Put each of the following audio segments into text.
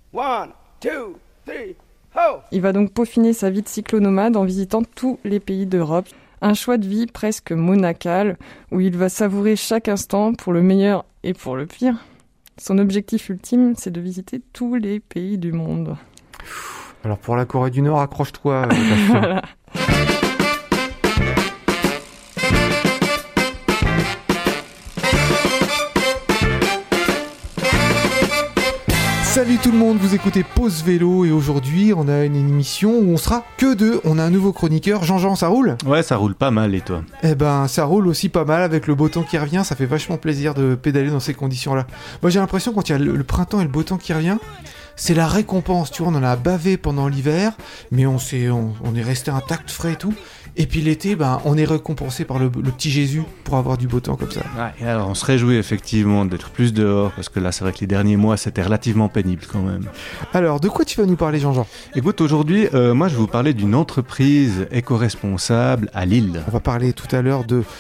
1, 2, 3, ho! Il va donc peaufiner sa vie de cyclonomade en visitant tous les pays d'Europe. Un choix de vie presque monacal, où il va savourer chaque instant pour le meilleur et pour le pire. Son objectif ultime, c'est de visiter tous les pays du monde. Alors pour la Corée du Nord, accroche-toi. Voilà. Salut tout le monde, vous écoutez Pause Vélo et aujourd'hui on a une émission où on sera que deux. On a un nouveau chroniqueur, Jean-Jean, ça roule ? Ouais, ça roule pas mal et toi ? Eh ben ça roule aussi pas mal avec le beau temps qui revient, ça fait vachement plaisir de pédaler dans ces conditions-là. Moi j'ai l'impression quand il y a le printemps et le beau temps qui revient, c'est la récompense, tu vois, on en a bavé pendant l'hiver, mais on est resté intact, frais et tout. Et puis l'été, on est récompensé par le petit Jésus pour avoir du beau temps comme ça. Ouais, et alors on se réjouit effectivement d'être plus dehors, parce que là c'est vrai que les derniers mois c'était relativement pénible quand même. Alors, de quoi tu vas nous parler, Jean-Jean ? Écoute, aujourd'hui, moi je vais vous parler d'une entreprise éco-responsable à Lille. On va parler tout à l'heure de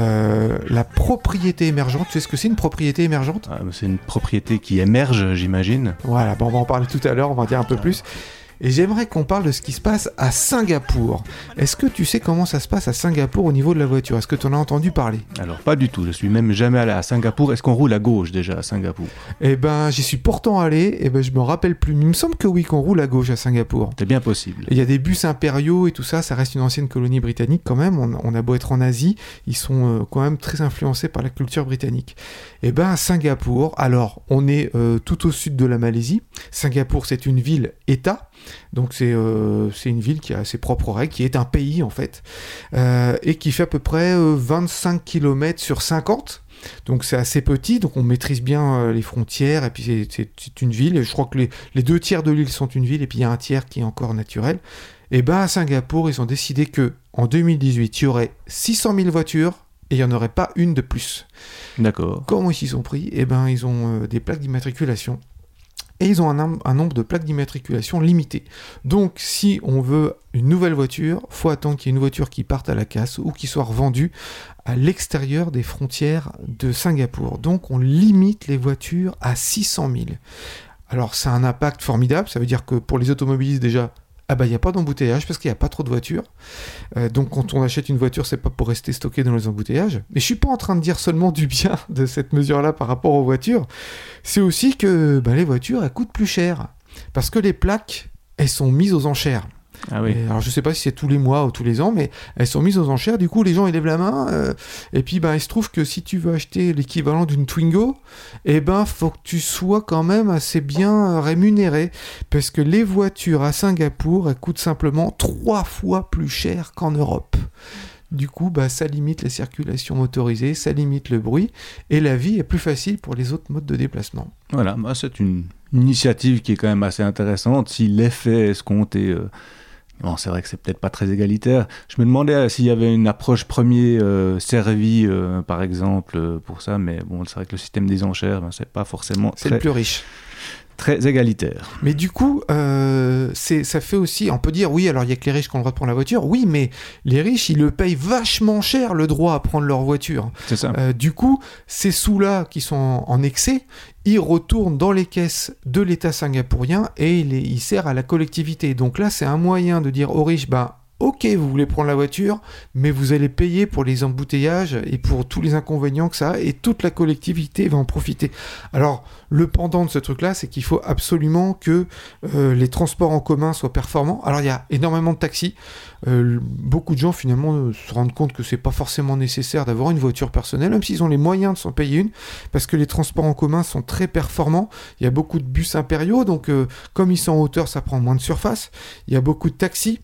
la propriété émergente. Tu sais ce que c'est une propriété émergente ? C'est une propriété qui émerge, j'imagine. Voilà, on va en parler tout à l'heure, on va en dire un peu plus. Et j'aimerais qu'on parle de ce qui se passe à Singapour. Est-ce que tu sais comment ça se passe à Singapour au niveau de la voiture ? Est-ce que tu en as entendu parler ? Alors pas du tout, je suis même jamais allé à Singapour. Est-ce qu'on roule à gauche déjà à Singapour ? Eh ben, j'y suis pourtant allé, je me rappelle plus. Mais il me semble que oui, qu'on roule à gauche à Singapour. C'est bien possible. Il y a des bus impériaux et tout ça, ça reste une ancienne colonie britannique quand même. On a beau être en Asie, ils sont quand même très influencés par la culture britannique. Eh ben, à Singapour, alors on est tout au sud de la Malaisie. Singapour, c'est une ville-État. Donc c'est une ville qui a ses propres règles, qui est un pays en fait, et qui fait à peu près 25 km sur 50. Donc c'est assez petit, donc on maîtrise bien les frontières, et puis c'est une ville, et je crois que les 2 tiers de l'île sont une ville, et puis il y a un tiers qui est encore naturel. Et à Singapour, ils ont décidé que en 2018, il y aurait 600 000 voitures, et il n'y en aurait pas une de plus. D'accord. Comment ils s'y sont pris ? Ils ont des plaques d'immatriculation. Et ils ont un nombre de plaques d'immatriculation limité. Donc, si on veut une nouvelle voiture, il faut attendre qu'il y ait une voiture qui parte à la casse ou qui soit revendue à l'extérieur des frontières de Singapour. Donc, on limite les voitures à 600 000. Alors, ça a un impact formidable. Ça veut dire que pour les automobilistes, déjà, il n'y a pas d'embouteillage parce qu'il n'y a pas trop de voitures. Donc quand on achète une voiture, c'est pas pour rester stocké dans les embouteillages. Mais je suis pas en train de dire seulement du bien de cette mesure-là par rapport aux voitures. C'est aussi que les voitures, elles coûtent plus cher. Parce que les plaques, elles sont mises aux enchères. Ah oui. Alors je sais pas si c'est tous les mois ou tous les ans, mais elles sont mises aux enchères. Du coup, les gens ils lèvent la main. Et puis il se trouve que si tu veux acheter l'équivalent d'une Twingo, faut que tu sois quand même assez bien rémunéré, parce que les voitures à Singapour, elles coûtent simplement 3 fois plus cher qu'en Europe. Du coup, ça limite la circulation motorisée, ça limite le bruit, et la vie est plus facile pour les autres modes de déplacement. Voilà, c'est une initiative qui est quand même assez intéressante. Si l'effet escompté... Bon, c'est vrai que c'est peut-être pas très égalitaire. Je me demandais s'il y avait une approche premier servi, par exemple, pour ça, mais bon, c'est vrai que le système des enchères, c'est pas forcément c'est le plus riche. Très égalitaire. Mais du coup, ça fait aussi, on peut dire, oui, alors il y a que les riches qui ont le droit de prendre la voiture. Oui, mais les riches, ils le payent vachement cher, le droit à prendre leur voiture. C'est ça. Du coup, ces sous-là qui sont en excès, ils retournent dans les caisses de l'État singapourien et ils servent à la collectivité. Donc là, c'est un moyen de dire aux riches, ok, vous voulez prendre la voiture, mais vous allez payer pour les embouteillages et pour tous les inconvénients que ça a, et toute la collectivité va en profiter. Alors, le pendant de ce truc-là, c'est qu'il faut absolument que les transports en commun soient performants. Alors, il y a énormément de taxis. Beaucoup de gens, finalement, se rendent compte que c'est pas forcément nécessaire d'avoir une voiture personnelle, même s'ils ont les moyens de s'en payer une, parce que les transports en commun sont très performants. Il y a beaucoup de bus impériaux, donc comme ils sont en hauteur, ça prend moins de surface. Il y a beaucoup de taxis.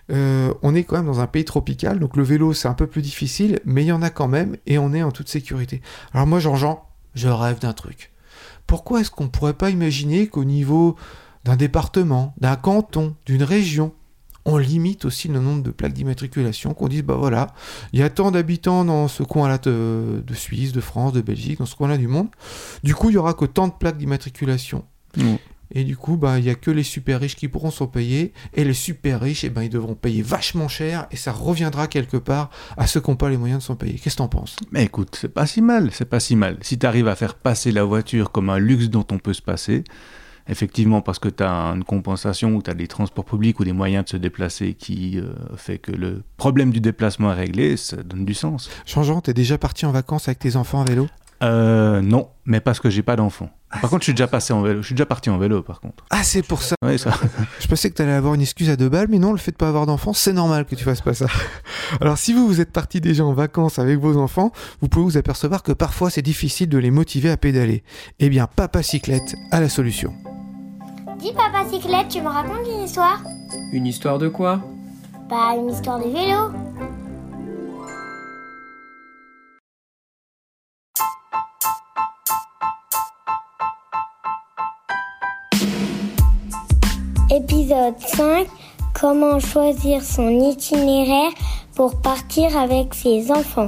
On est quand même dans un pays tropical, donc le vélo c'est un peu plus difficile, mais il y en a quand même, et on est en toute sécurité. Alors moi, Jean-Jean, je rêve d'un truc. Pourquoi est-ce qu'on ne pourrait pas imaginer qu'au niveau d'un département, d'un canton, d'une région, on limite aussi le nombre de plaques d'immatriculation, qu'on dise, voilà, il y a tant d'habitants dans ce coin-là de Suisse, de France, de Belgique, dans ce coin-là du monde, du coup il y aura que tant de plaques d'immatriculation. Et du coup, il n'y a que les super riches qui pourront s'en payer, et les super riches, ils devront payer vachement cher, et ça reviendra quelque part à ceux qui n'ont pas les moyens de s'en payer. Qu'est-ce que t'en penses ? Mais écoute, c'est pas si mal. Si tu arrives à faire passer la voiture comme un luxe dont on peut se passer, effectivement, parce que tu as une compensation, ou tu as des transports publics ou des moyens de se déplacer qui fait que le problème du déplacement est réglé, ça donne du sens. Jean-Jean, t'es déjà parti en vacances avec tes enfants à vélo ? Non, mais parce que j'ai pas d'enfants. Par contre, je suis déjà parti en vélo, par contre. Ah, c'est pour ça. Oui, ça. Je pensais que t'allais avoir une excuse à 2 balles, mais non, le fait de pas avoir d'enfants, c'est normal que tu fasses pas ça. Alors, si vous êtes parti déjà en vacances avec vos enfants, vous pouvez vous apercevoir que parfois c'est difficile de les motiver à pédaler. Eh bien, Papa Cyclette a la solution. Dis Papa Cyclette, tu me racontes une histoire ? Une histoire de quoi ? Bah, une histoire de vélo. Épisode 5. Comment choisir son itinéraire pour partir avec ses enfants.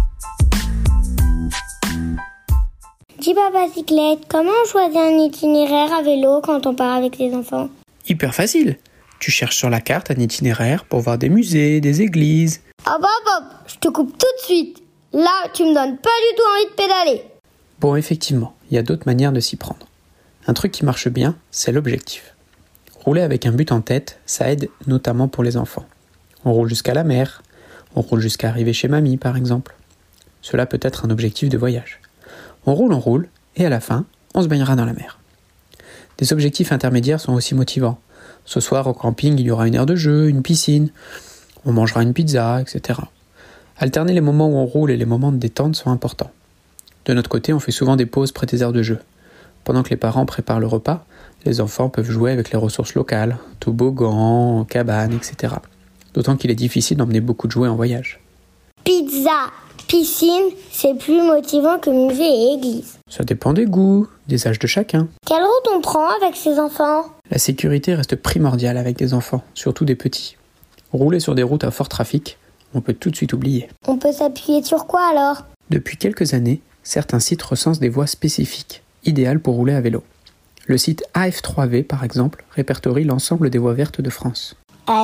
Dis Papa Cyclette, comment on choisit un itinéraire à vélo quand on part avec ses enfants ? Hyper facile. Tu cherches sur la carte un itinéraire pour voir des musées, des églises. Hop, je te coupe tout de suite. Là, tu me donnes pas du tout envie de pédaler. Bon, effectivement, il y a d'autres manières de s'y prendre. Un truc qui marche bien, c'est l'objectif. Rouler avec un but en tête, ça aide notamment pour les enfants. On roule jusqu'à la mer, on roule jusqu'à arriver chez mamie par exemple. Cela peut être un objectif de voyage. On roule, et à la fin, on se baignera dans la mer. Des objectifs intermédiaires sont aussi motivants. Ce soir au camping, il y aura une aire de jeu, une piscine, on mangera une pizza, etc. Alterner les moments où on roule et les moments de détente sont importants. De notre côté, on fait souvent des pauses près des aires de jeu. Pendant que les parents préparent le repas, les enfants peuvent jouer avec les ressources locales, toboggans, cabanes, etc. D'autant qu'il est difficile d'emmener beaucoup de jouets en voyage. Pizza, piscine, c'est plus motivant que musée et église. Ça dépend des goûts, des âges de chacun. Quelle route on prend avec ses enfants ? La sécurité reste primordiale avec des enfants, surtout des petits. Rouler sur des routes à fort trafic, on peut tout de suite oublier. On peut s'appuyer sur quoi alors ? Depuis quelques années, certains sites recensent des voies spécifiques, idéales pour rouler à vélo. Le site AF3V, par exemple, répertorie l'ensemble des voies vertes de France.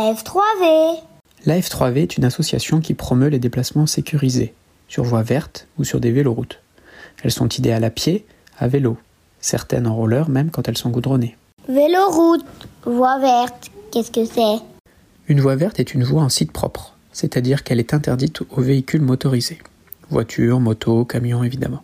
AF3V. L'AF3V est une association qui promeut les déplacements sécurisés, sur voies vertes ou sur des véloroutes. Elles sont idéales à pied, à vélo, certaines en roller même quand elles sont goudronnées. Véloroute, voie verte, qu'est-ce que c'est ? Une voie verte est une voie en site propre, c'est-à-dire qu'elle est interdite aux véhicules motorisés. Voitures, motos, camions évidemment.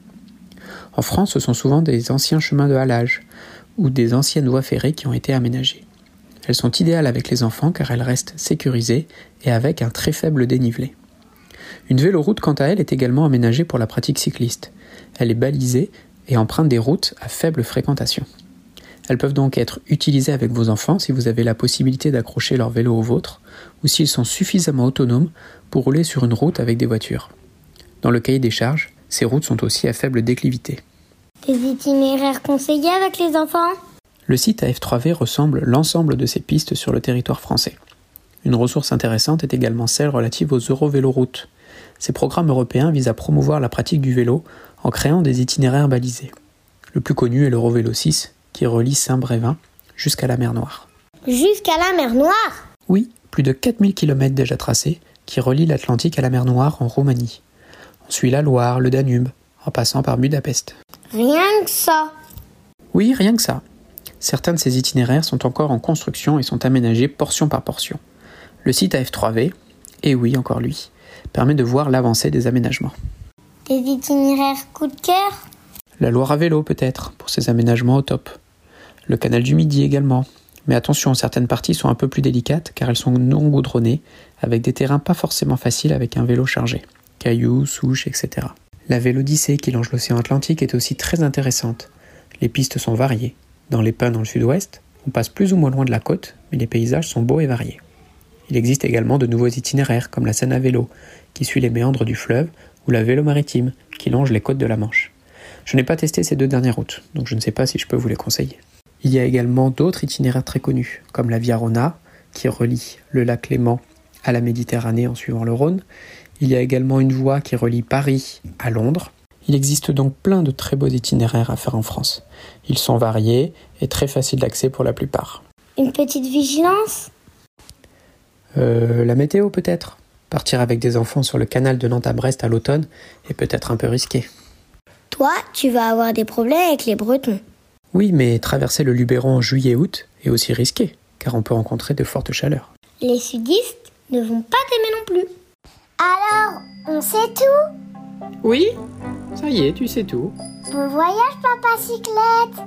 En France, ce sont souvent des anciens chemins de halage ou des anciennes voies ferrées qui ont été aménagées. Elles sont idéales avec les enfants car elles restent sécurisées et avec un très faible dénivelé. Une véloroute, quant à elle, est également aménagée pour la pratique cycliste. Elle est balisée et emprunte des routes à faible fréquentation. Elles peuvent donc être utilisées avec vos enfants si vous avez la possibilité d'accrocher leur vélo au vôtre ou s'ils sont suffisamment autonomes pour rouler sur une route avec des voitures. Dans le cahier des charges, ces routes sont aussi à faible déclivité. Des itinéraires conseillés avec les enfants ? Le site AF3V ressemble l'ensemble de ces pistes sur le territoire français. Une ressource intéressante est également celle relative aux Eurovéloroutes. Ces programmes européens visent à promouvoir la pratique du vélo en créant des itinéraires balisés. Le plus connu est l'Eurovélo 6, qui relie Saint-Brévin jusqu'à la mer Noire. Jusqu'à la mer Noire ? Oui, plus de 4000 km déjà tracés, qui relient l'Atlantique à la mer Noire en Roumanie. On suit la Loire, le Danube, en passant par Budapest. Rien que ça. Oui, rien que ça. Certains de ces itinéraires sont encore en construction et sont aménagés portion par portion. Le site AF3V, et oui, encore lui, permet de voir l'avancée des aménagements. Des itinéraires coup de cœur ? La Loire à vélo peut-être, pour ses aménagements au top. Le canal du Midi également. Mais attention, certaines parties sont un peu plus délicates car elles sont non goudronnées, avec des terrains pas forcément faciles avec un vélo chargé. Cailloux, souches, etc. La Vélodyssée qui longe l'océan Atlantique est aussi très intéressante. Les pistes sont variées. Dans les Pins dans le sud-ouest, on passe plus ou moins loin de la côte, mais les paysages sont beaux et variés. Il existe également de nouveaux itinéraires comme la Seine à vélo, qui suit les méandres du fleuve, ou la Vélo maritime, qui longe les côtes de la Manche. Je n'ai pas testé ces deux dernières routes, donc je ne sais pas si je peux vous les conseiller. Il y a également d'autres itinéraires très connus, comme la Via Rona, qui relie le lac Léman à la Méditerranée en suivant le Rhône. Il y a également une voie qui relie Paris à Londres. Il existe donc plein de très beaux itinéraires à faire en France. Ils sont variés et très faciles d'accès pour la plupart. Une petite vigilance ? La météo peut-être. Partir avec des enfants sur le canal de Nantes à Brest à l'automne est peut-être un peu risqué. Toi, tu vas avoir des problèmes avec les Bretons. Oui, mais traverser le Luberon en juillet-août est aussi risqué, car on peut rencontrer de fortes chaleurs. Les sudistes ne vont pas t'aimer non plus. Alors, on sait tout? Oui, ça y est, tu sais tout. Bon voyage, papa cyclette.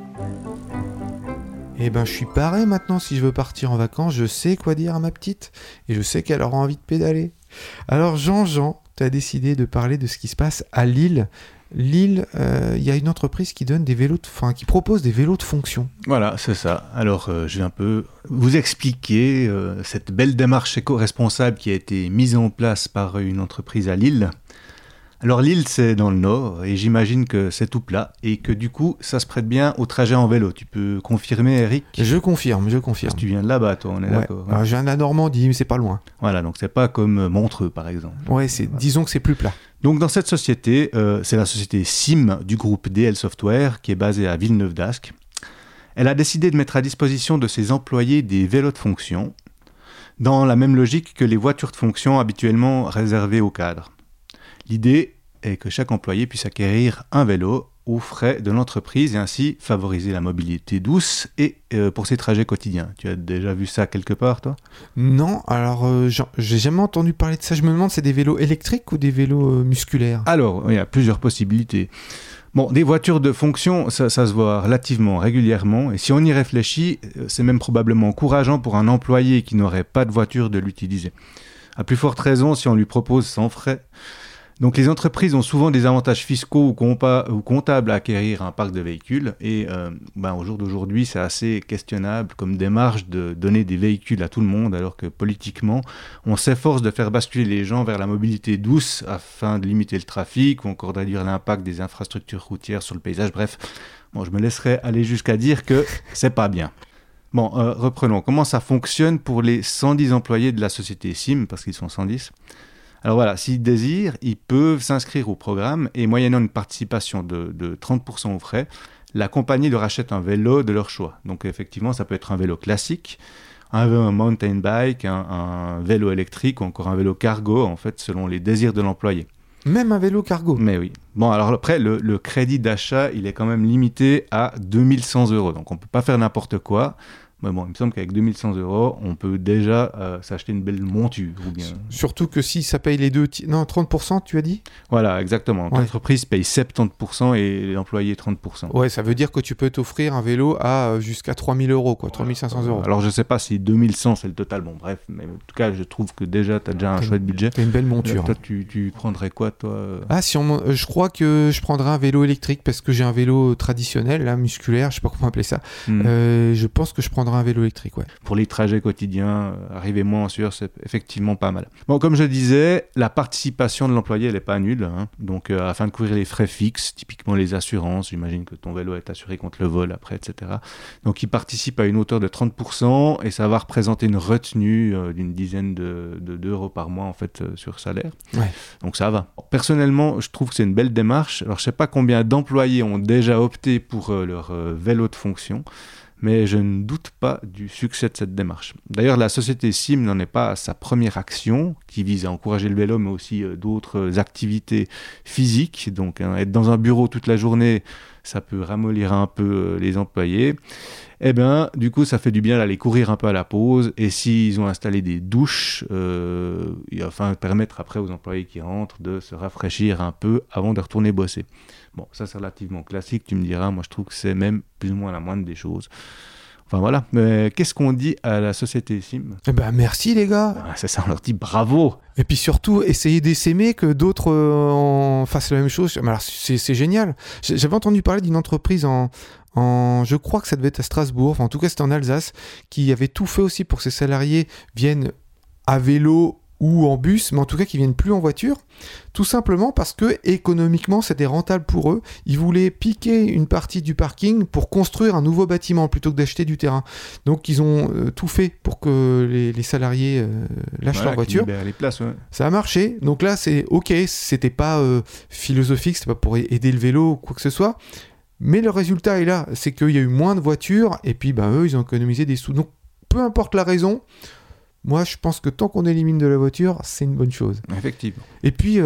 Eh ben, je suis pareil maintenant. Si je veux partir en vacances, je sais quoi dire à ma petite et je sais qu'elle aura envie de pédaler. Alors, Jean, tu as décidé de parler de ce qui se passe à Lille. Lille, il y a une entreprise qui donne qui propose des vélos de fonction. Voilà, c'est ça. Alors, je vais un peu vous expliquer cette belle démarche éco-responsable qui a été mise en place par une entreprise à Lille. Alors Lille, c'est dans le nord, et j'imagine que c'est tout plat, et que du coup, ça se prête bien au trajet en vélo. Tu peux confirmer, Eric ? Je confirme. Parce que tu viens de là-bas, toi, on est d'accord. Alors, je viens de la Normandie, mais c'est pas loin. Voilà, donc c'est pas comme Montreux, par exemple. Ouais, disons que c'est plus plat. Donc dans cette société, c'est la société SIM du groupe DL Software, qui est basée à Villeneuve d'Ascq. Elle a décidé de mettre à disposition de ses employés des vélos de fonction, dans la même logique que les voitures de fonction habituellement réservées aux cadres. L'idée est que chaque employé puisse acquérir un vélo aux frais de l'entreprise et ainsi favoriser la mobilité douce et pour ses trajets quotidiens. Tu as déjà vu ça quelque part, toi ? Non, alors j'ai jamais entendu parler de ça. Je me demande, c'est des vélos électriques ou des vélos musculaires ? Alors, il y a plusieurs possibilités. Bon, des voitures de fonction, ça se voit relativement régulièrement, et si on y réfléchit, c'est même probablement encourageant pour un employé qui n'aurait pas de voiture de l'utiliser. À plus forte raison si on lui propose sans frais. Donc les entreprises ont souvent des avantages fiscaux ou comptables à acquérir un parc de véhicules, et au jour d'aujourd'hui, c'est assez questionnable comme démarche de donner des véhicules à tout le monde, alors que politiquement, on s'efforce de faire basculer les gens vers la mobilité douce afin de limiter le trafic ou encore de réduire l'impact des infrastructures routières sur le paysage. Bref, je me laisserai aller jusqu'à dire que c'est pas bien. Bon, reprenons. Comment ça fonctionne pour les 110 employés de la société SIM, parce qu'ils sont 110 ? Alors voilà, s'ils désirent, ils peuvent s'inscrire au programme et moyennant une participation de 30% aux frais, la compagnie leur achète un vélo de leur choix. Donc effectivement, ça peut être un vélo classique, un mountain bike, un vélo électrique ou encore un vélo cargo, en fait, selon les désirs de l'employé. Même un vélo cargo ? Mais oui. Bon, alors après, le crédit d'achat, il est quand même limité à 2100 €. Donc on ne peut pas faire n'importe quoi. Mais bon, il me semble qu'avec 2100 €, on peut déjà s'acheter une belle monture. Ou bien... Surtout que si ça paye les deux... 30%, tu as dit ? Voilà, exactement. Ouais. L'entreprise paye 70% et l'employé 30%. Ouais, ça veut dire que tu peux t'offrir un vélo à jusqu'à 3000 €, quoi, 3500 €. Alors, je ne sais pas si 2100, c'est le total. Bon, bref. Mais en tout cas, je trouve que déjà, tu as déjà un chouette budget. Tu as une belle monture. Toi, tu prendrais quoi, toi ? Ah, je crois que je prendrais un vélo électrique parce que j'ai un vélo traditionnel, là, musculaire, je sais pas comment appeler ça. Je pense que je prendrais un vélo électrique, ouais. Pour les trajets quotidiens, arriver moins en sueur, c'est effectivement pas mal. Bon, comme je disais, la participation de l'employé, elle n'est pas nulle. Hein. Donc, afin de couvrir les frais fixes, typiquement les assurances, j'imagine que ton vélo est assuré contre le vol après, etc. Donc, il participe à une hauteur de 30% et ça va représenter une retenue d'une dizaine d'euros par mois, en fait, sur salaire. Ouais. Donc, ça va. Personnellement, je trouve que c'est une belle démarche. Alors, je ne sais pas combien d'employés ont déjà opté pour leur vélo de fonction, mais je ne doute pas du succès de cette démarche. D'ailleurs, la société SIM n'en est pas à sa première action, qui vise à encourager le vélo, mais aussi d'autres activités physiques. Donc, être dans un bureau toute la journée, ça peut ramollir un peu les employés. Eh bien, du coup, ça fait du bien d'aller courir un peu à la pause. Et s'ils ont installé des douches, afin de permettre après aux employés qui rentrent de se rafraîchir un peu avant de retourner bosser. Bon, ça c'est relativement classique, tu me diras. Moi, je trouve que c'est même plus ou moins la moindre des choses. Enfin voilà, mais qu'est-ce qu'on dit à la société SIM ? Eh ben merci les gars. C'est ça, on leur dit bravo. Et puis surtout, essayez d'essaimer que d'autres fassent la même chose. Alors, c'est génial. J'avais entendu parler d'une entreprise je crois que ça devait être à Strasbourg, enfin en tout cas c'était en Alsace, qui avait tout fait aussi pour que ses salariés viennent à vélo ou en bus, mais en tout cas qui viennent plus en voiture, tout simplement parce que économiquement c'était rentable pour eux. Ils voulaient piquer une partie du parking pour construire un nouveau bâtiment plutôt que d'acheter du terrain. Donc ils ont tout fait pour que les salariés lâchent leur voiture. Les places, ouais. Ça a marché. Donc là c'est ok, c'était pas philosophique, c'était pas pour aider le vélo ou quoi que ce soit. Mais le résultat est là, c'est qu'il y a eu moins de voitures et puis eux ils ont économisé des sous. Donc peu importe la raison, Moi, je pense que tant qu'on élimine de la voiture, c'est une bonne chose. Effectivement. Et puis,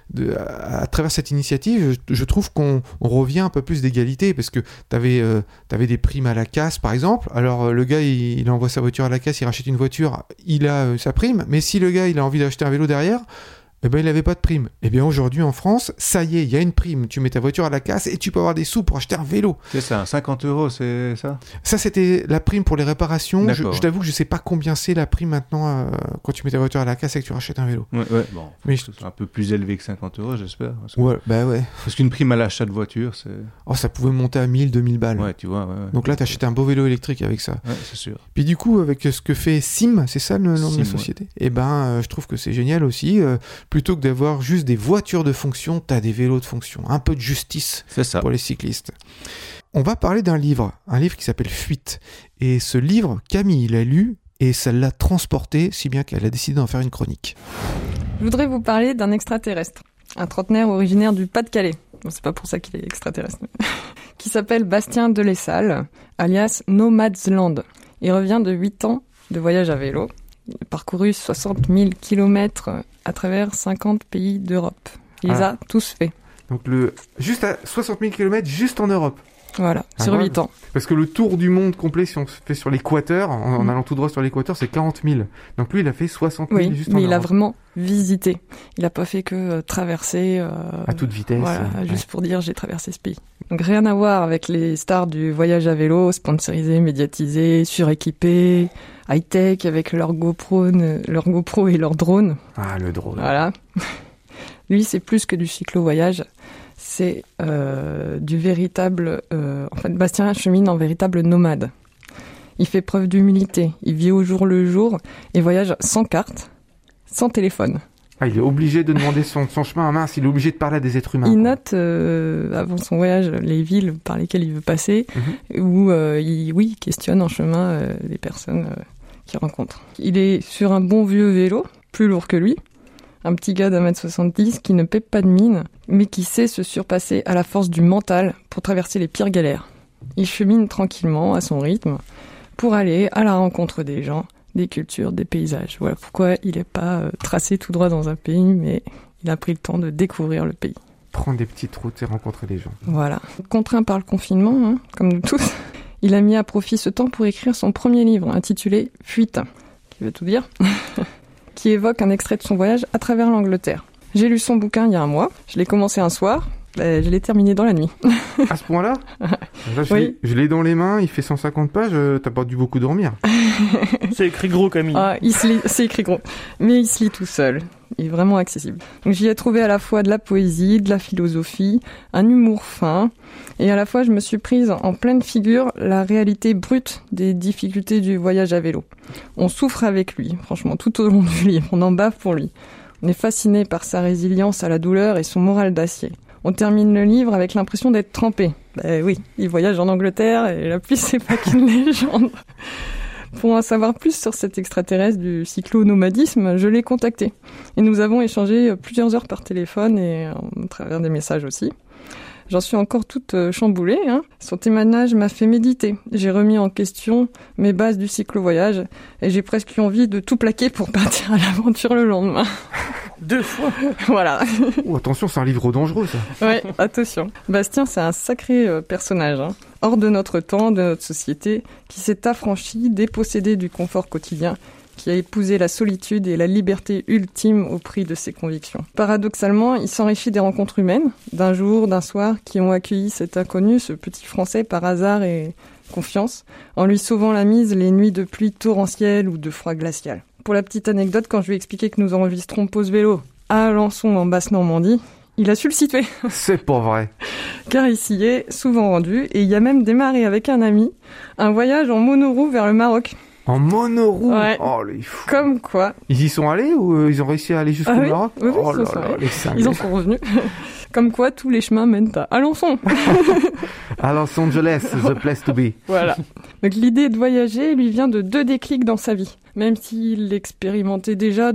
à travers cette initiative, je trouve qu'on revient un peu plus d'égalité, parce que t'avais des primes à la casse, par exemple. Alors, le gars, il envoie sa voiture à la casse, il rachète une voiture, il a sa prime. Mais si le gars, il a envie d'acheter un vélo derrière, eh ben, il n'avait pas de prime. Eh bien, aujourd'hui, en France, ça y est, il y a une prime. Tu mets ta voiture à la casse et tu peux avoir des sous pour acheter un vélo. C'est ça, 50 €, c'est ça? Ça, c'était la prime pour les réparations. D'accord. Je t'avoue que je ne sais pas combien c'est la prime maintenant quand tu mets ta voiture à la casse et que tu rachètes un vélo. Ouais, bon. Mais C'est un peu plus élevé que 50 €, j'espère. Ouais, bah ouais. Parce qu'une prime à l'achat de voiture, c'est... Oh, ça pouvait monter à 1000, 2000 balles. Ouais, tu vois. Ouais. Donc là, tu achètes un beau vélo électrique avec ça. Ouais, c'est sûr. Puis du coup, avec ce que fait Sim, c'est ça le nom de la Sim, société, eh ben, je trouve que c'est génial aussi. Plutôt que d'avoir juste des voitures de fonction, t'as des vélos de fonction. Un peu de justice C'est ça. pour les cyclistes. On va parler d'un livre qui s'appelle Fuite. Et ce livre, Camille l'a lu et ça l'a transporté, si bien qu'elle a décidé d'en faire une chronique. Je voudrais vous parler d'un extraterrestre, un trentenaire originaire du Pas-de-Calais. Bon, c'est pas pour ça qu'il est extraterrestre. Qui s'appelle Bastien Delessal, alias Nomadsland. Il revient de 8 ans de voyage à vélo. Il a parcouru 60 000 kilomètres à travers 50 pays d'Europe. Il les a tous faits. Donc juste à 60 000 km, juste en Europe. Voilà, sur 8 ans. Parce que le tour du monde complet, si on se fait sur l'équateur, en allant tout droit sur l'équateur, c'est 40 000. Donc lui, il a fait 60 000 juste en Europe. Oui, mais il a vraiment visité. Il n'a pas fait que traverser... à toute vitesse. Voilà, juste pour dire j'ai traversé ce pays. Donc rien à voir avec les stars du voyage à vélo, sponsorisés, médiatisés, suréquipés, high-tech, avec leur GoPro et leur drone. Ah, le drone. Voilà. Lui, c'est plus que du cyclo-voyage. C'est du véritable... en fait, Bastien chemine en véritable nomade. Il fait preuve d'humilité. Il vit au jour le jour et voyage sans carte, sans téléphone. Ah, il est obligé de demander son chemin à mince. Il est obligé de parler à des êtres humains. Il note, avant son voyage, les villes par lesquelles il veut passer, où il questionne en chemin les personnes qu'il rencontre. Il est sur un bon vieux vélo, plus lourd que lui. Un petit gars d'1m70 qui ne paie pas de mine, mais qui sait se surpasser à la force du mental pour traverser les pires galères. Il chemine tranquillement, à son rythme, pour aller à la rencontre des gens, des cultures, des paysages. Voilà pourquoi il n'est pas tracé tout droit dans un pays, mais il a pris le temps de découvrir le pays. Prendre des petites routes et rencontrer des gens. Voilà. Contraint par le confinement, comme nous tous, il a mis à profit ce temps pour écrire son premier livre, intitulé « Fuite », qui veut tout dire, qui évoque un extrait de son voyage à travers l'Angleterre. J'ai lu son bouquin il y a un mois, je l'ai commencé un soir, je l'ai terminé dans la nuit. À ce point-là? Là, Oui. Je l'ai dans les mains, il fait 150 pages, t'as pas dû beaucoup dormir. C'est écrit gros, Camille. Ah, c'est écrit gros, mais il se lit tout seul. Il est vraiment accessible. Donc j'y ai trouvé à la fois de la poésie, de la philosophie, un humour fin, et à la fois je me suis prise en pleine figure la réalité brute des difficultés du voyage à vélo. On souffre avec lui, franchement, tout au long du livre, on en bave pour lui. On est fasciné par sa résilience à la douleur et son moral d'acier. On termine le livre avec l'impression d'être trempé. Oui, il voyage en Angleterre et la pluie c'est pas qu'une légende. Pour en savoir plus sur cet extraterrestre du cyclo-nomadisme, je l'ai contacté. Et nous avons échangé plusieurs heures par téléphone et à travers des messages aussi. J'en suis encore toute chamboulée. Son témoignage m'a fait méditer. J'ai remis en question mes bases du cyclo-voyage et j'ai presque eu envie de tout plaquer pour partir à l'aventure le lendemain. 2 fois. Voilà. Oh, attention, c'est un livre dangereux, ça. Ouais, attention. Bastien, c'est un sacré personnage, hors de notre temps, de notre société, qui s'est affranchi, dépossédé du confort quotidien, qui a épousé la solitude et la liberté ultime au prix de ses convictions. Paradoxalement, il s'enrichit des rencontres humaines, d'un jour, d'un soir, qui ont accueilli cet inconnu, ce petit Français, par hasard et confiance, en lui sauvant la mise les nuits de pluie torrentielle ou de froid glacial. Pour la petite anecdote, quand je lui ai expliqué que nous enregistrons Pause Vélo à Alençon en Basse-Normandie, il a su le situer. C'est pas vrai. Car il s'y est souvent rendu et il a même démarré avec un ami un voyage en monoroue vers le Maroc. En monoroue? Ouais. Oh, les fous. Comme quoi. Ils y sont allés ou ils ont réussi à aller jusqu'au Oui, Maroc? oui, Oh ils là sont là, allés. les cinglés. Ils en sont revenus. Comme quoi, tous les chemins mènent à Alençon. À Los Angeles, the place to be. Voilà. Donc l'idée de voyager lui vient de 2 déclics dans sa vie. Même s'il l'expérimentait déjà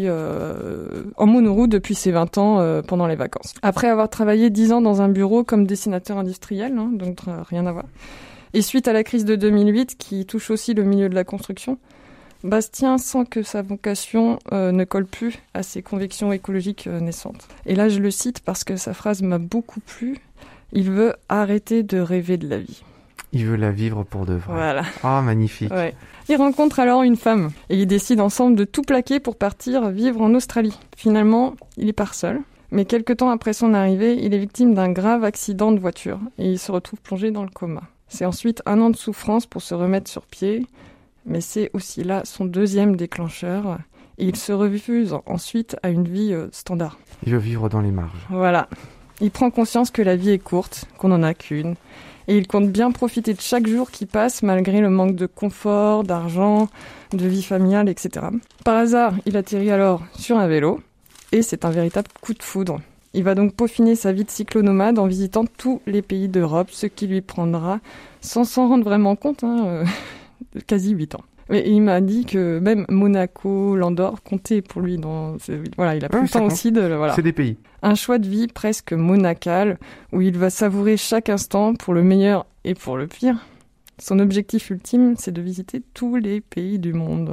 en monoroue depuis ses 20 ans pendant les vacances. Après avoir travaillé 10 ans dans un bureau comme dessinateur industriel, donc rien à voir. Et suite à la crise de 2008 qui touche aussi le milieu de la construction, Bastien sent que sa vocation ne colle plus à ses convictions écologiques naissantes. Et là, je le cite parce que sa phrase m'a beaucoup plu. Il veut arrêter de rêver de la vie. Il veut la vivre pour de vrai. Voilà. Ah, magnifique. Ouais. Ils rencontrent alors une femme et ils décident ensemble de tout plaquer pour partir vivre en Australie. Finalement, il part seul. Mais quelque temps après son arrivée, il est victime d'un grave accident de voiture et il se retrouve plongé dans le coma. C'est ensuite 1 an de souffrance pour se remettre sur pied, mais c'est aussi là son deuxième déclencheur et il se refuse ensuite à une vie standard. Il veut vivre dans les marges. Voilà. Il prend conscience que la vie est courte, qu'on n'en a qu'une, et il compte bien profiter de chaque jour qui passe malgré le manque de confort, d'argent, de vie familiale, etc. Par hasard, il atterrit alors sur un vélo, et c'est un véritable coup de foudre. Il va donc peaufiner sa vie de cyclonomade en visitant tous les pays d'Europe, ce qui lui prendra, sans s'en rendre vraiment compte, quasi 8 ans. Et il m'a dit que même Monaco, l'Andorre comptaient pour lui. Voilà, il a plus le temps aussi de... Voilà. C'est des pays. Un choix de vie presque monacal, où il va savourer chaque instant pour le meilleur et pour le pire. Son objectif ultime, c'est de visiter tous les pays du monde.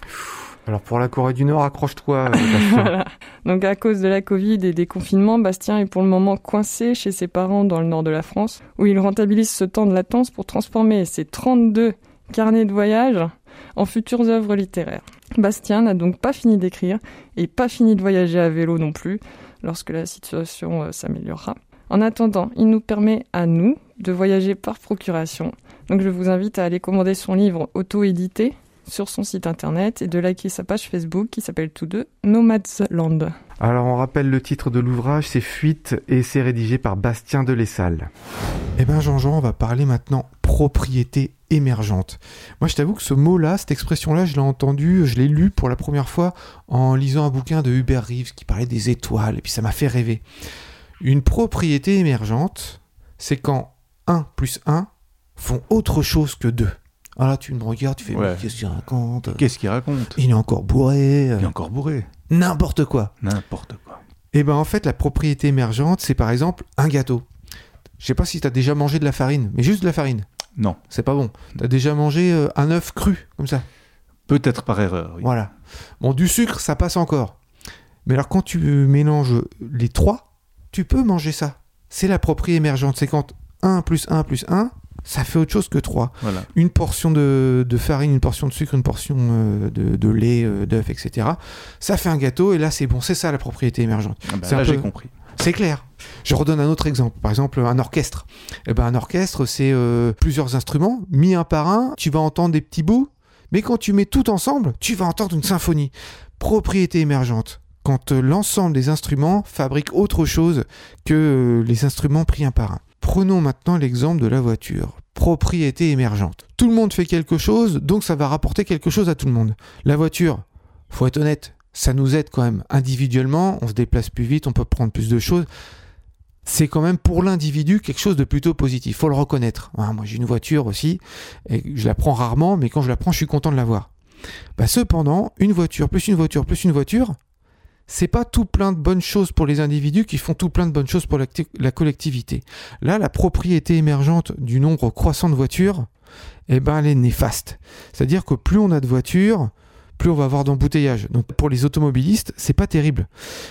Alors pour la Corée du Nord, accroche-toi. Voilà. Donc à cause de la Covid et des confinements, Bastien est pour le moment coincé chez ses parents dans le nord de la France, où il rentabilise ce temps de latence pour transformer ses 32 carnets de voyage en futures œuvres littéraires. Bastien n'a donc pas fini d'écrire et pas fini de voyager à vélo non plus, lorsque la situation s'améliorera. En attendant, il nous permet à nous de voyager par procuration. Donc je vous invite à aller commander son livre auto-édité sur son site internet et de liker sa page Facebook qui s'appelle tous deux Nomadsland. Alors on rappelle le titre de l'ouvrage, c'est Fuite et c'est rédigé par Bastien Delessal. Eh ben Jean-Jean, on va parler maintenant propriété émergente. Moi je t'avoue que ce mot-là, cette expression-là, je l'ai entendu, je l'ai lu pour la première fois en lisant un bouquin de Hubert Reeves qui parlait des étoiles et puis ça m'a fait rêver. Une propriété émergente, c'est quand 1 plus 1 font autre chose que 2. Ah là, tu me regardes, tu fais, Ouais. mais qu'est-ce qu'il raconte ? Qu'est-ce qu'il raconte ? Il est encore bourré. Il est encore bourré. N'importe quoi. N'importe quoi. Et ben en fait, la propriété émergente, c'est par exemple un gâteau. Je sais pas si t'as déjà mangé de la farine, mais juste de la farine. Non. C'est pas bon. T'as déjà mangé un œuf cru, comme ça. Peut-être par erreur, oui. Voilà. Bon, du sucre, ça passe encore. Mais alors, quand tu mélanges les trois, tu peux manger ça. C'est la propriété émergente. C'est quand 1 plus 1 plus 1, ça fait autre chose que 3. Voilà. Une portion de farine, une portion de sucre, une portion de lait, d'œuf, etc. Ça fait un gâteau, et là, c'est bon. C'est ça, la propriété émergente. Ah ben, C'est là, un peu- j'ai compris. C'est clair. Je redonne un autre exemple. Par exemple, un orchestre. Eh ben, un orchestre, c'est plusieurs instruments mis un par un. Tu vas entendre des petits bouts, mais quand tu mets tout ensemble, tu vas entendre une symphonie. Propriété émergente. Quand l'ensemble des instruments fabrique autre chose que les instruments pris un par un. Prenons maintenant l'exemple de la voiture. Propriété émergente. Tout le monde fait quelque chose, donc ça va rapporter quelque chose à tout le monde. La voiture, faut être honnête, ça nous aide quand même individuellement, on se déplace plus vite, on peut prendre plus de choses. C'est quand même pour l'individu quelque chose de plutôt positif, faut le reconnaître. Ah, moi j'ai une voiture aussi, et je la prends rarement, mais quand je la prends, je suis content de l'avoir. Bah, cependant, une voiture, plus une voiture, plus une voiture, c'est pas tout plein de bonnes choses pour les individus qui font tout plein de bonnes choses pour la collectivité. Là, la propriété émergente du nombre croissant de voitures, eh ben, elle est néfaste. C'est-à-dire que plus on a de voitures, plus on va avoir d'embouteillages. Donc pour les automobilistes, c'est pas terrible.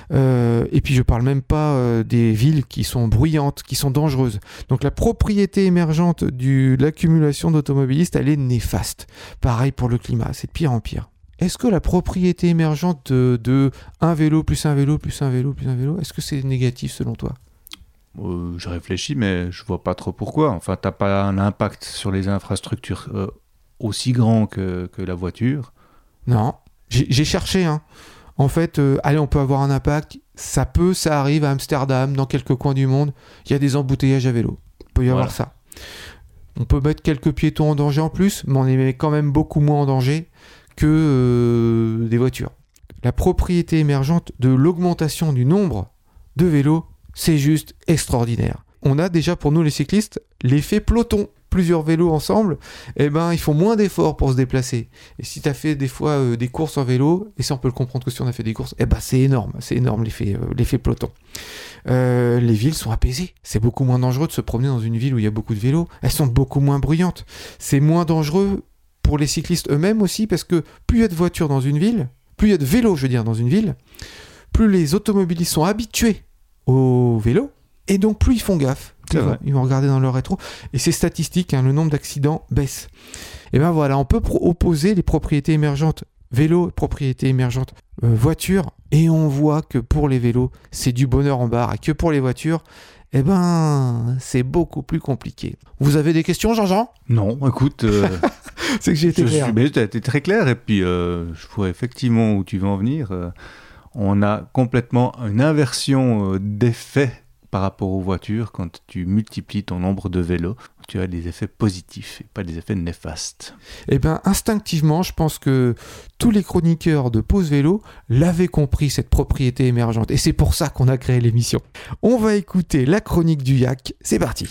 Et puis je parle même pas des villes qui sont bruyantes, qui sont dangereuses. Donc la propriété émergente de l'accumulation d'automobilistes, elle est néfaste. Pareil pour le climat, c'est de pire en pire. Est-ce que la propriété émergente de un vélo plus un vélo plus un vélo plus un vélo, est-ce que c'est négatif selon toi ? Je réfléchis, mais je vois pas trop pourquoi. Enfin, t'as pas un impact sur les infrastructures aussi grand que la voiture. Non, j'ai cherché. Hein. En fait, allez, on peut avoir un impact. Ça arrive à Amsterdam, dans quelques coins du monde. Il y a des embouteillages à vélo. Il peut y avoir ça. On peut mettre quelques piétons en danger en plus, mais on les met quand même beaucoup moins en danger que des voitures. La propriété émergente de l'augmentation du nombre de vélos, c'est juste extraordinaire. On a déjà pour nous les cyclistes l'effet peloton. Plusieurs vélos ensemble, eh ben, ils font moins d'efforts pour se déplacer. Et si tu as fait des fois des courses en vélo, et ça on peut le comprendre que si on a fait des courses, eh ben, c'est énorme l'effet peloton. Les villes sont apaisées. C'est beaucoup moins dangereux de se promener dans une ville où il y a beaucoup de vélos. Elles sont beaucoup moins bruyantes. C'est moins dangereux pour les cyclistes eux-mêmes aussi, parce que plus il y a de voitures dans une ville, plus il y a de vélos, je veux dire, dans une ville, plus les automobilistes sont habitués au vélo, et donc plus ils font gaffe. Ils vont regarder dans leur rétro, et c'est statistique, le nombre d'accidents baisse. Et ben voilà, on peut opposer les propriétés émergentes vélo, propriétés émergentes voiture, et on voit que pour les vélos, c'est du bonheur en barre, et que pour les voitures, eh ben, c'est beaucoup plus compliqué. Vous avez des questions, Jean-Jean ? Non, écoute... c'est que j'ai été clair. Tu as été très clair, et puis je vois effectivement où tu veux en venir. On a complètement une inversion d'effet par rapport aux voitures. Quand tu multiplies ton nombre de vélos, tu as des effets positifs et pas des effets néfastes. Eh bien, instinctivement, je pense que tous les chroniqueurs de Pause Vélo l'avaient compris, cette propriété émergente. Et c'est pour ça qu'on a créé l'émission. On va écouter la chronique du Yak. C'est parti.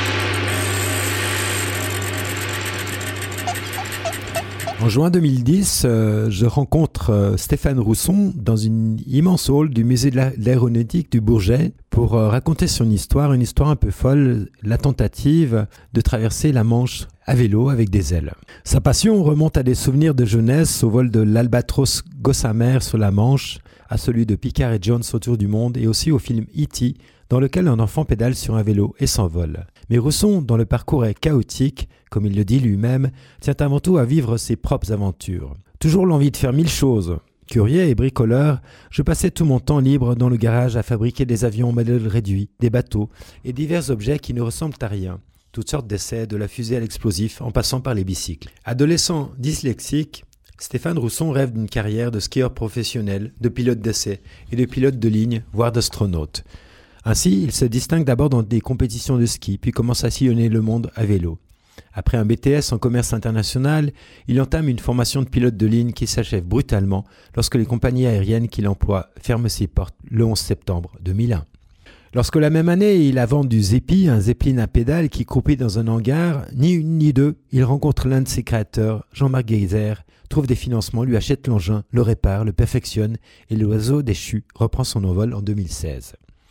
En juin 2010, je rencontre Stéphane Rousson dans une immense hall du musée de l'aéronautique du Bourget pour raconter son histoire, une histoire un peu folle, la tentative de traverser la Manche à vélo avec des ailes. Sa passion remonte à des souvenirs de jeunesse, au vol de l'Albatros Gossamer sur la Manche, à celui de Picard et Jones autour du monde et aussi au film E.T., dans lequel un enfant pédale sur un vélo et s'envole. Mais Rousson, dont le parcours est chaotique, comme il le dit lui-même, tient avant tout à vivre ses propres aventures. Toujours l'envie de faire 1000 choses. Curieux et bricoleur, je passais tout mon temps libre dans le garage à fabriquer des avions modèles réduits, des bateaux et divers objets qui ne ressemblent à rien. Toutes sortes d'essais, de la fusée à l'explosif, en passant par les bicycles. Adolescent dyslexique, Stéphane Rousson rêve d'une carrière de skieur professionnel, de pilote d'essai et de pilote de ligne, voire d'astronaute. Ainsi, il se distingue d'abord dans des compétitions de ski, puis commence à sillonner le monde à vélo. Après un BTS en commerce international, il entame une formation de pilote de ligne qui s'achève brutalement lorsque les compagnies aériennes qu'il emploie ferment ses portes le 11 septembre 2001. Lorsque la même année, il a vendu Zepi, un Zeppelin à pédales qui croupit dans un hangar, ni une ni deux, il rencontre l'un de ses créateurs, Jean-Marc Geyser, trouve des financements, lui achète l'engin, le répare, le perfectionne et l'oiseau déchu reprend son envol en 2006.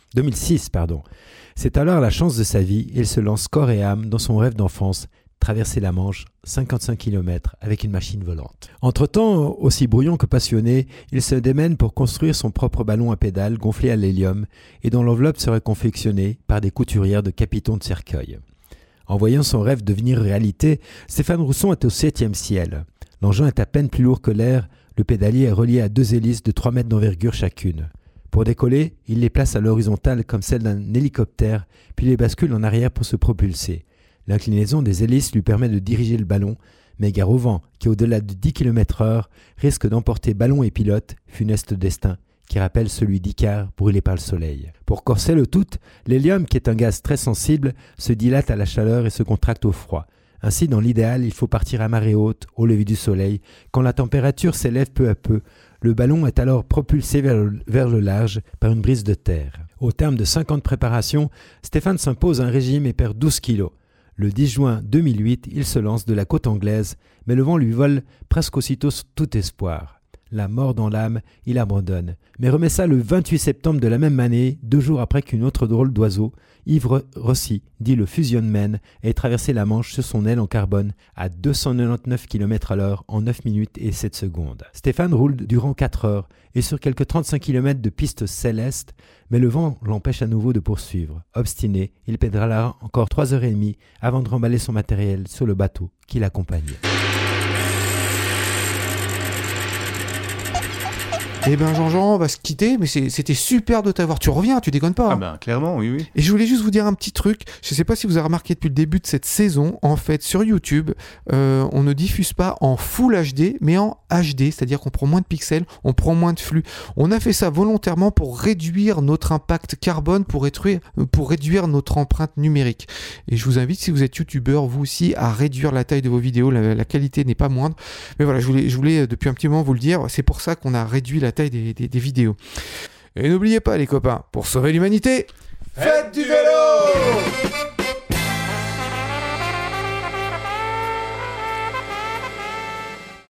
C'est alors la chance de sa vie et il se lance corps et âme dans son rêve d'enfance, traverser la Manche, 55 km avec une machine volante. Entre-temps, aussi brouillon que passionné, il se démène pour construire son propre ballon à pédales gonflé à l'hélium et dont l'enveloppe serait confectionnée par des couturières de Capitons de Cercueil. En voyant son rêve devenir réalité, Stéphane Rousson est au 7e ciel. L'engin est à peine plus lourd que l'air, le pédalier est relié à 2 hélices de 3 mètres d'envergure chacune. Pour décoller, il les place à l'horizontale comme celle d'un hélicoptère, puis les bascule en arrière pour se propulser. L'inclinaison des hélices lui permet de diriger le ballon, mais gare au vent, qui au-delà de 10 km/h risque d'emporter ballon et pilote, funeste destin, qui rappelle celui d'Icare brûlé par le soleil. Pour corser le tout, l'hélium, qui est un gaz très sensible, se dilate à la chaleur et se contracte au froid. Ainsi, dans l'idéal, il faut partir à marée haute, au lever du soleil, quand la température s'élève peu à peu. Le ballon est alors propulsé vers le large par une brise de terre. Au terme de 5 ans de préparation, Stéphane s'impose un régime et perd 12 kilos. Le 10 juin 2008, il se lance de la côte anglaise, mais le vent lui vole presque aussitôt tout espoir. La mort dans l'âme, il abandonne, mais remet ça le 28 septembre de la même année, 2 jours après qu'une autre drôle d'oiseau, Yves Rossi, dit le Fusion Man, ait traversé la Manche sur son aile en carbone à 299 km/h en 9 minutes et 7 secondes. Stéphane roule durant 4 heures et sur quelques 35 km de piste céleste, mais le vent l'empêche à nouveau de poursuivre. Obstiné, il pédalera encore 3h30 avant de remballer son matériel sur le bateau qui l'accompagnait. Eh ben Jean-Jean, on va se quitter, mais c'était super de t'avoir. Tu reviens, tu déconnes pas. Ah ben clairement, oui. Et je voulais juste vous dire un petit truc. Je sais pas si vous avez remarqué depuis le début de cette saison, en fait, sur YouTube, on ne diffuse pas en Full HD, mais en HD, c'est-à-dire qu'on prend moins de pixels, on prend moins de flux. On a fait ça volontairement pour réduire notre impact carbone, pour réduire notre empreinte numérique. Et je vous invite, si vous êtes youtubeur, vous aussi, à réduire la taille de vos vidéos. La qualité n'est pas moindre. Mais voilà, je voulais depuis un petit moment vous le dire. C'est pour ça qu'on a réduit la taille des vidéos. Et n'oubliez pas les copains, pour sauver l'humanité, faites du vélo!